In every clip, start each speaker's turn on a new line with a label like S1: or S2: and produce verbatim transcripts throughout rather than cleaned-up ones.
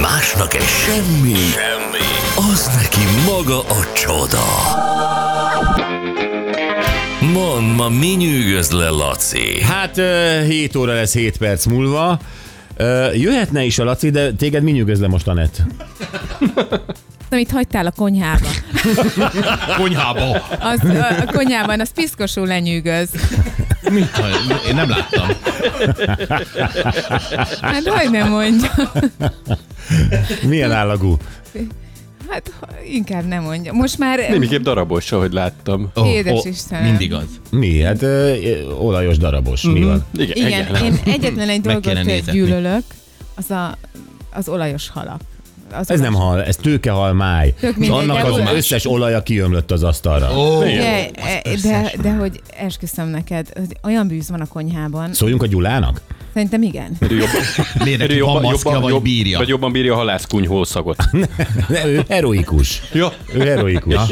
S1: Másnak egy semmi, semmi, az neki maga a csoda. Mondd, ma mi nyűgöz le, Laci?
S2: Hát hét óra lesz hét perc múlva. Jöhetne is a Laci, de téged mi nyűgöz le most, Anett?
S3: Amit hagytál a konyhába.
S4: Konyhába?
S3: Az, a, a konyhában, az piszkosul lenyűgöz.
S4: Mit? Én nem láttam.
S3: Hát hogy nem mondja.
S2: Milyen állagú?
S3: Hát inkább nem mondja. Most már...
S5: Némiképp darabos, ahogy láttam.
S3: Oh, Édes oh, Istenem.
S4: Mindig az.
S2: Mi? Hát ö, olajos darabos. Mm-hmm. Mi van?
S5: Igen,
S3: igen,
S5: igen.
S3: én egyetlen egy dolgot gyűlölök, az a, az olajos halak. Az
S2: ez nem hal, ez tőkehalmály. Annak az összes olaja kiömlött az asztalra.
S4: Oh,
S3: de, de, de hogy esküszöm neked, olyan bűz van a konyhában.
S2: Szóljunk a Gyulának?
S3: Szerintem igen.
S5: Ő jobban,
S4: Miért
S5: ő jobban,
S4: maszkja,
S5: jobban,
S4: vagy bírja?
S5: Vagy jobban bírja a halászkunyhó szagot.
S2: Ne, ő heroikus.
S5: Ja.
S2: Ő heroikus. Ja.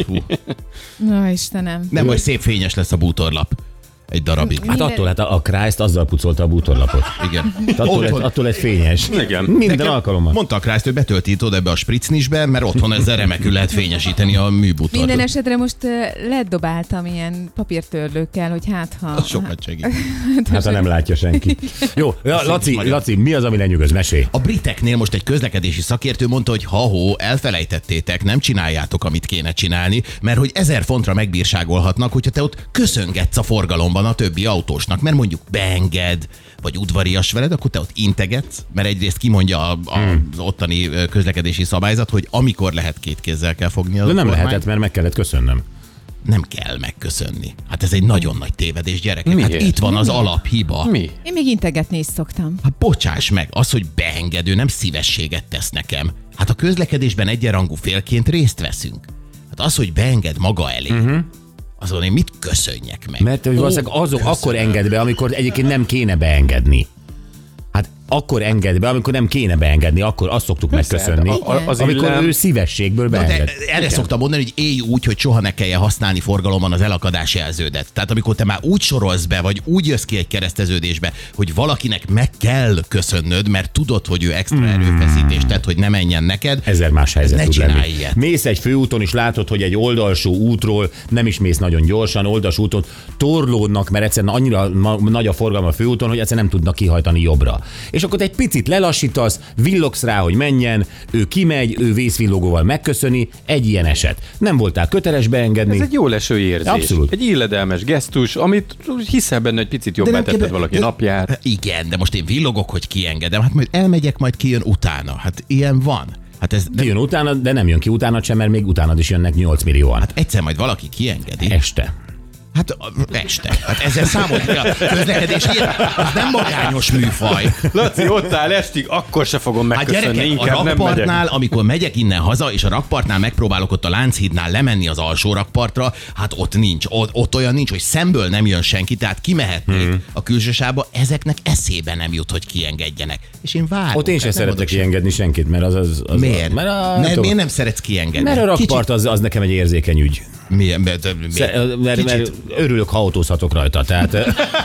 S3: Na Istenem.
S4: Nem, hogy szép fényes lesz a bútorlap. Egy darabig.
S2: Hát attól, hát a Christ azzal pucolta a bútorlapot.
S4: Igen.
S2: Attól, lett, attól lett fényes.
S5: Igen.
S2: Minden
S4: Nekem
S2: alkalommal.
S4: Mondta a Christ, hogy betölti oda ebbe a spritznisbe, mert otthon ezzel remekül lehet fényesíteni a műbútort.
S3: Minden esetre most uh, ledobáltam ilyen papírtörlőkkel, hogy hát ha...
S4: Az sokat segít.
S2: Hát ha nem látja senki. Jó, ja, Laci, Laci, mi az, ami lenyűgöz? Mesélj.
S4: A briteknél most egy közlekedési szakértő mondta, hogy ha-hó, elfelejtettétek, nem csináljátok, amit kéne csinálni, mert hogy ezer fontra megbírságolhatnak, hogyha te ott köszöngetsz a forgalomban a többi autósnak, mert mondjuk beenged, vagy udvarias veled, akkor te ott integetsz, mert egyrészt kimondja a, a, az ottani közlekedési szabályzat, hogy amikor lehet, két kézzel kell fogni a
S2: De nem
S4: kormány.
S2: lehetett, mert meg kellett köszönnöm.
S4: Nem kell megköszönni. Hát ez egy nagyon nagy tévedés, gyerekek.
S5: Miért?
S4: Hát itt van az alaphiba.
S5: Mi?
S3: Én még integetni is szoktam.
S4: Hát bocsáss meg, az, hogy beengedő nem szívességet tesz nekem. Hát a közlekedésben egyenrangú félként részt veszünk. Hát az, hogy beenged maga elé, uh-huh. azon én mit köszönjek meg?
S2: Mert hogy valószínűleg azok akkor enged be, amikor egyébként nem kéne beengedni. Hát akkor enged be, amikor nem kéne beengedni, akkor azt szoktuk megköszönni.
S5: A- a- az
S2: amikor
S5: illem-
S2: ő szívességből
S4: Na,
S2: beenged.
S4: de erre szoktam mondani, hogy élj úgy, hogy soha ne kelljen használni forgalomban az elakadás jelződet. Tehát amikor te már úgy sorolsz be, vagy úgy jössz ki egy kereszteződésbe, hogy valakinek meg kell köszönnöd, mert tudod, hogy ő extra erőfeszítést tett, hogy ne menjen neked.
S2: Ezer más helyzet
S4: Ne
S2: tud
S4: csinálj
S2: lenni.
S4: ilyet.
S2: Mész egy főúton, és látod, hogy egy oldalsó útról nem is mész nagyon gyorsan, oldalsó úton torlódnak, mert egyszerűen annyira ma- nagy a forgalom a főúton, hogy egyszerűen nem tudnak kihajtani jobbra. És akkor te egy picit lelassítasz, villogsz rá, hogy menjen, ő kimegy, ő vészvillogóval megköszöni, egy ilyen eset. Nem voltál köteles beengedni.
S5: Ez egy jó leső érzés.
S2: Abszolút.
S5: Egy illedelmes gesztus, amit hiszel benne, hogy picit jobbá
S4: nem
S5: tetted
S4: kell-
S5: valaki
S4: de-
S5: napját.
S4: Igen, de most én villogok, hogy kiengedem. Hát majd elmegyek, majd kijön utána. Hát ilyen van. Hát ez
S2: Kijön utána, de nem jön ki utána sem, mert még utánad is jönnek nyolc millióan. Hát
S4: egyszer majd valaki kiengedi.
S2: este.
S4: Hát a- este. Hát ezzel számolt ki a közlekedés. Ilyen, az nem magányos műfaj.
S5: Laci, ott áll estig, akkor se fogom
S4: Hát
S5: megköszönni,
S4: gyerekek, a
S5: inkább nem megyek.
S4: rakpartnál, amikor megyek innen haza, és a rakpartnál megpróbálok ott a Lánchídnál lemenni az alsó rakpartra, hát ott nincs. Ott, ott olyan nincs, hogy szemből nem jön senki, tehát kimehetnék hmm. a külsősába, ezeknek eszébe nem jut, hogy kiengedjenek. És én várom.
S2: Ott én sem szeretek kiengedni senkit, mert az... az, az
S4: Miért?
S2: Mert a,
S4: nem,
S2: tudom,
S4: miért nem szeretsz kiengedni?
S2: mert a rakpart
S4: Kicsit-
S2: az, az nekem egy érzékeny ügy.
S4: Milyen, mert,
S2: Sze-
S4: miért?
S2: Mert, mert örülök, ha autózhatok rajta. Tehát,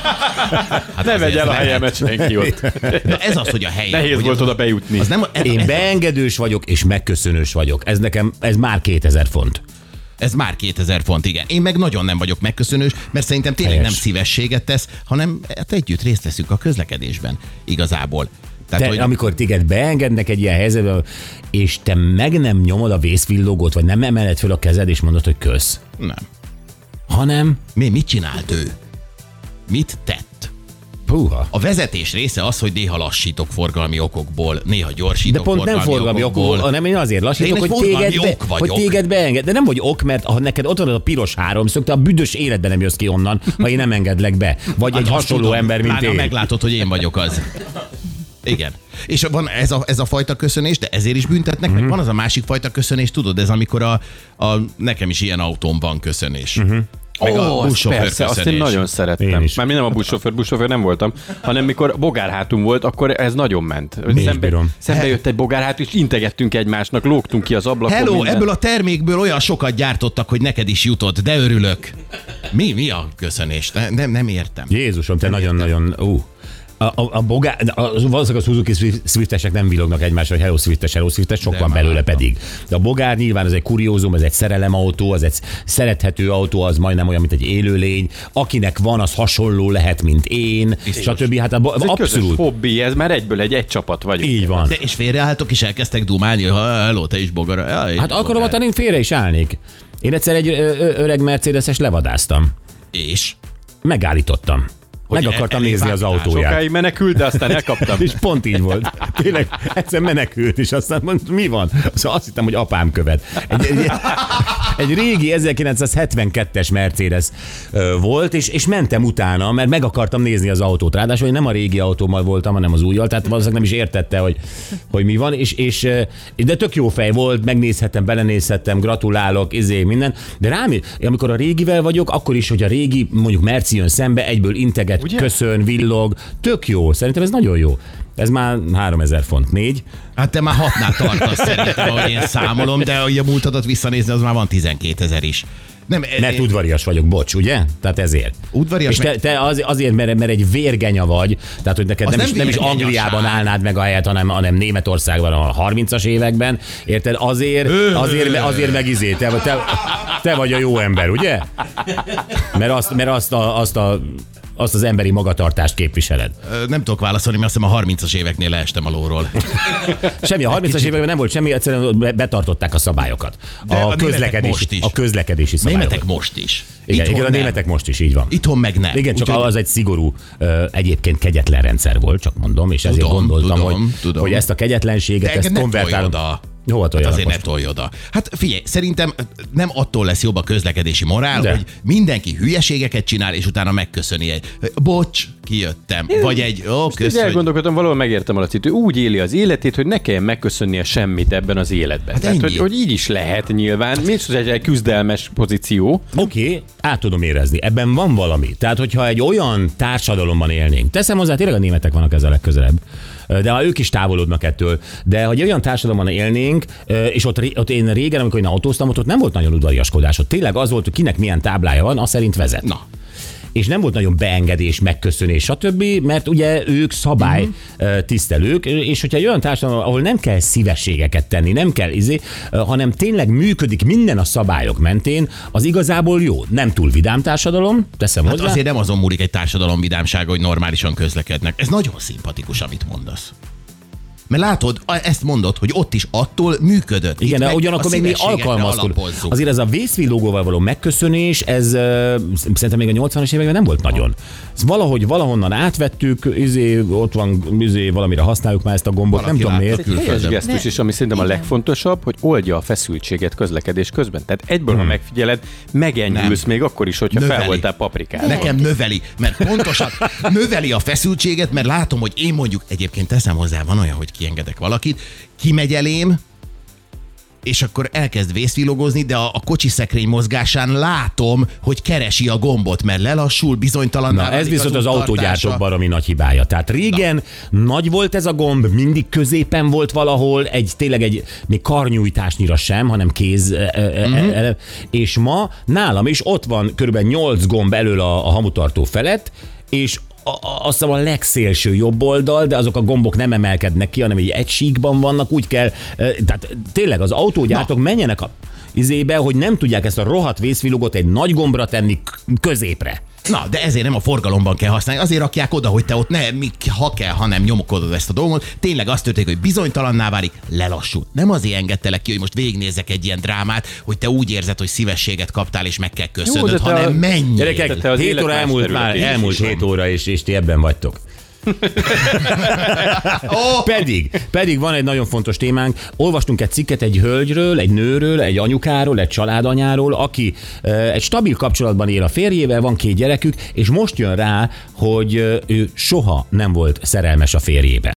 S4: Hát
S5: Ne
S4: azért
S5: vegy el a
S4: lehet.
S5: helyemet senki ott.
S4: Na ez az, hogy a helyen.
S5: Nehéz
S4: hogy
S5: volt
S4: az-
S5: oda bejutni.
S4: Az nem, ez,
S2: én beengedős vagyok, és megköszönős vagyok. Ez nekem, ez már kétezer font.
S4: Ez már kétezer font, igen. Én meg nagyon nem vagyok megköszönős, mert szerintem tényleg
S2: Helyes.
S4: nem szívességet tesz, hanem hát együtt részt veszünk a közlekedésben igazából. Tehát,
S2: De
S4: hogy
S2: amikor téged beengednek egy ilyen helyzetbe, és te meg nem nyomod a vészvillogót, vagy nem emeled föl a kezed, és mondod, hogy kösz.
S4: nem.
S2: Hanem,
S4: Mi, mit csinált ő? Mit tett?
S2: puha.
S4: A vezetés része az, hogy néha lassítok forgalmi okokból, néha
S2: De
S4: gyorsítok
S2: pont nem forgalmi okokból, hanem én azért lassítok,
S4: Én egy
S2: hogy
S4: forgalmi
S2: téged, be,
S4: ok vagyok.
S2: hogy téged beenged. De nem vagy ok, mert ha neked ott van az a piros háromszög, te a büdös életben nem jössz ki onnan, ha én nem engedlek be. Vagy
S4: Hát
S2: egy
S4: azt
S2: hasonló
S4: tudom,
S2: ember, mint
S4: pláne,
S2: én.
S4: meglátod, hogy én vagyok az. Igen. És van ez a, ez a fajta köszönés, de ezért is büntetnek,
S2: Mhm.
S4: meg van az a másik fajta köszönés, tudod, ez amikor a, a nekem is ilyen autóm van köszönés.
S2: Mhm.
S4: Meg
S5: Ó,
S4: a
S5: azt
S4: buszsofőr
S5: persze, azt én
S4: köszönés.
S5: nagyon
S2: Én
S5: szerettem.
S2: is.
S5: Már mi nem a buszsofőr, buszsofőr nem voltam, hanem mikor bogárhátunk volt, akkor ez nagyon ment.
S2: is
S5: Szembe,
S2: bírom.
S5: szembe jött egy bogárhát, és integettünk egymásnak, lógtunk ki az ablakon.
S4: Hello,
S5: minden.
S4: ebből a termékből olyan sokat gyártottak, hogy neked is jutott, de örülök. Mi, mi a köszönés? Ne, nem, nem értem.
S2: Jézusom, te nagyon-nagyon... Ú. A, a, a bogár, a, valószínűleg a Suzuki Swiftesek nem villognak egymásra, hogy Hello Swiftes, Hello Swiftes, sok
S4: De
S2: van
S4: már
S2: belőle
S4: láttam.
S2: pedig. De a bogár nyilván ez egy kuriózum, ez egy szerelemautó, az egy szerethető autó, az majdnem olyan, mint egy élőlény. Akinek van, az hasonló lehet, mint én, stb. Hát a,
S5: Ez egy közös
S2: abszolút.
S5: hobbi, ez már egyből egy egy csapat vagyunk.
S2: Így van.
S4: De és félreálltok, és elkezdtek dumálni, ha hello, te is bogara. Jaj,
S2: Hát
S4: bogár.
S2: alkalommal én félre is állnék. Én egyszer egy ö- ö- öreg Mercedes-es levadáztam.
S4: És?
S2: Megállítottam. Meg
S4: el-
S2: akartam
S4: elég
S2: nézni az
S4: vágás.
S2: autóját.
S5: Sokáig menekült, de aztán elkaptam.
S2: És pont így volt. Tényleg egyszer menekült, és aztán mondta, mi van? Szóval azt hittem, hogy apám követ. Egy, egy, egy régi ezerkilencszázhetvenkettes Mercedes ö, volt, és, és mentem utána, mert meg akartam nézni az autót. Ráadásul én nem a régi autómmal voltam, hanem az újjal, tehát valószínűleg nem is értette, hogy, hogy mi van, és, és, ö, de tök jó fej volt, megnézhettem, belenézhettem, gratulálok, izé, minden. De rám, amikor a régivel vagyok, akkor is, hogy a régi, mondjuk Merci jön szembe, egyből integet,
S5: Ugye?
S2: köszön, villog, tök jó. Szerintem ez nagyon jó. Ez már háromezer font, négy.
S4: Hát te már hatnál tartasz szerintem, ahogy én számolom, de ahogy a múltadat visszanézni, az már van tizenkétezer is. Nem,
S2: Mert udvarias vagyok, bocs, ugye? Tehát ezért.
S4: Udvarias,
S2: És te,
S4: meg-
S2: te az, azért, mert, mert egy vérgenya vagy, tehát hogy neked
S4: Az
S2: nem,
S4: nem
S2: is, nem is
S4: vérgenyaság.
S2: Angliában állnád meg a helyet, hanem, hanem Németországban a harmincas években. Érted? Azért, azért, azért meg izé, te, te, te vagy a jó ember, ugye? Mert azt, mert azt, a, azt a azt az emberi magatartást képviseled.
S4: Ö, nem tudok válaszolni, mert azt hiszem a harmincas éveknél leestem a lóról.
S2: Semmi, a harmincas években nem volt semmi, egyszerűen betartották a szabályokat.
S4: De a
S2: A
S4: németek
S2: közlekedési,
S4: most is.
S2: a közlekedési szabályokat.
S4: Németek most is.
S2: Igen,
S4: Itthon
S2: igen, a
S4: nem.
S2: németek most is így van.
S4: Itthon meg nem.
S2: Igen, csak
S4: Úgyhogy-
S2: az egy szigorú, ö, egyébként kegyetlen rendszer volt, csak mondom, és ezért
S4: Tudom,
S2: gondoltam,
S4: tudom,
S2: hogy,
S4: tudom.
S2: hogy ezt a kegyetlenséget,
S4: De
S2: ezt
S4: engem ne
S2: konvertálom.
S4: tolj oda.
S2: Hova
S4: Hát
S2: toljanak
S4: azért ne
S2: most?
S4: tolj oda. Hát figyelj, szerintem nem attól lesz jobb a közlekedési morál,
S2: De.
S4: hogy mindenki hülyeségeket csinál, és utána megköszöni egy bocs, kijöttem. Vagy egy ó,
S5: Most így
S4: köszönj.
S5: elgondolkodtam, valahol megértem a Lacit, ő úgy éli az életét, hogy ne kelljen megköszönnie semmit ebben az életben.
S4: Hát
S5: Tehát,
S4: ennyi.
S5: hogy, hogy így is lehet nyilván, nincs az egy, egy küzdelmes pozíció.
S2: Oké, okay, át tudom érezni. Ebben van valami. Tehát, hogyha egy olyan társadalomban élnénk, teszem hozzá, tényleg a németek vannak ezzel legközelebb, de ha ők is távolodnak ettől, de hogy olyan társadalomban élnénk, és ott, ott én régen, amikor én autóztam, ott, ott nem volt nagyon udvariaskodás. Ott tényleg az volt, hogy kinek milyen táblája van, az szerint vezet.
S4: Na.
S2: És nem volt nagyon beengedés, megköszönés, stb., mert ugye ők szabály uh-huh. tisztelők, és hogyha egy olyan társadalom, ahol nem kell szívességeket tenni, nem kell izé, hanem tényleg működik minden a szabályok mentén, az igazából jó. Nem túl vidám társadalom, teszem
S4: Hát
S2: hozzá.
S4: azért nem azon múlik egy társadalom vidámsága, hogy normálisan közlekednek. Ez nagyon szimpatikus, amit mondasz. Mert látod, ezt mondod, hogy ott is attól működött.
S2: Igen,
S4: Itt
S2: de
S4: meg
S2: ugyanakkor
S4: a
S2: még mi
S4: szívességekre
S2: alkalmazkodunk.
S4: alapozzuk.
S2: Azért ez a vészvillogóval való megköszönés, ez uh, szerintem még a nyolcvanas években nem volt nagyon. Ez valahogy valahonnan átvettük, izé, ott van, izé, valamire használjuk már ezt a gombot,
S4: Valaki
S2: nem tudom
S4: látta
S2: miért.
S5: Ez egy helyes
S4: Külföldön.
S5: gesztus is, ami szerintem a
S3: Igen.
S5: legfontosabb, hogy oldja a feszültséget közlekedés közben. Tehát egyből,
S2: Hmm.
S5: ha megfigyeled, megenyhülsz még akkor is, hogyha
S4: Növeli.
S5: fel voltál paprikát.
S4: Nekem növeli, mert pontosan növeli a feszültséget, mert látom, hogy én mondjuk, egyébként teszem hozzá, van olyan, hogy kiengedek valakit, kimegy elém, és akkor elkezd vészvilogozni, de a, a kocsi szekrény mozgásán látom, hogy keresi a gombot, mert lelassul, bizonytalanná
S2: Na, ez
S4: válik
S2: viszont az
S4: úttartása.
S2: autógyártók baromi nagy hibája. Tehát régen Na. nagy volt ez a gomb, mindig középen volt valahol, egy tényleg egy még karnyújtásnyira sem, hanem kéz. Uh-huh. És ma nálam is ott van körülbelül nyolc gomb elől a, a hamutartó felett, és a, a, azt hiszem a legszélső jobb oldal, de azok a gombok nem emelkednek ki, hanem így egy síkban vannak, úgy kell, eh, tehát tényleg az autógyártók menjenek a izébe, hogy nem tudják ezt a rohadt vészvilogot egy nagy gombra tenni k- középre.
S4: Na, de ezért nem a forgalomban kell használni, azért rakják oda, hogy te ott ne, mi, ha kell, hanem nyomokodod ezt a dolgot. Tényleg azt történik, hogy bizonytalanná válik, lelassul. Nem azért engedtelek ki, hogy most végignézzek egy ilyen drámát, hogy te úgy érzed, hogy szívességet kaptál, és meg kell köszönöd,
S5: de te
S4: hanem
S5: a-
S4: menjél.
S2: Gyerekek,
S5: te az
S2: hét
S5: élet
S2: óra
S5: más
S2: elmúlt már,
S5: területén is
S2: elmúlt
S5: is van.
S2: hét óra, és, és ti ebben vagytok. pedig, pedig van egy nagyon fontos témánk. Olvastunk egy cikket egy hölgyről, egy nőről, egy anyukáról, egy családanyáról, aki uh, egy stabil kapcsolatban él a férjével, van két gyerekük, és most jön rá, hogy uh, ő soha nem volt szerelmes a férjébe.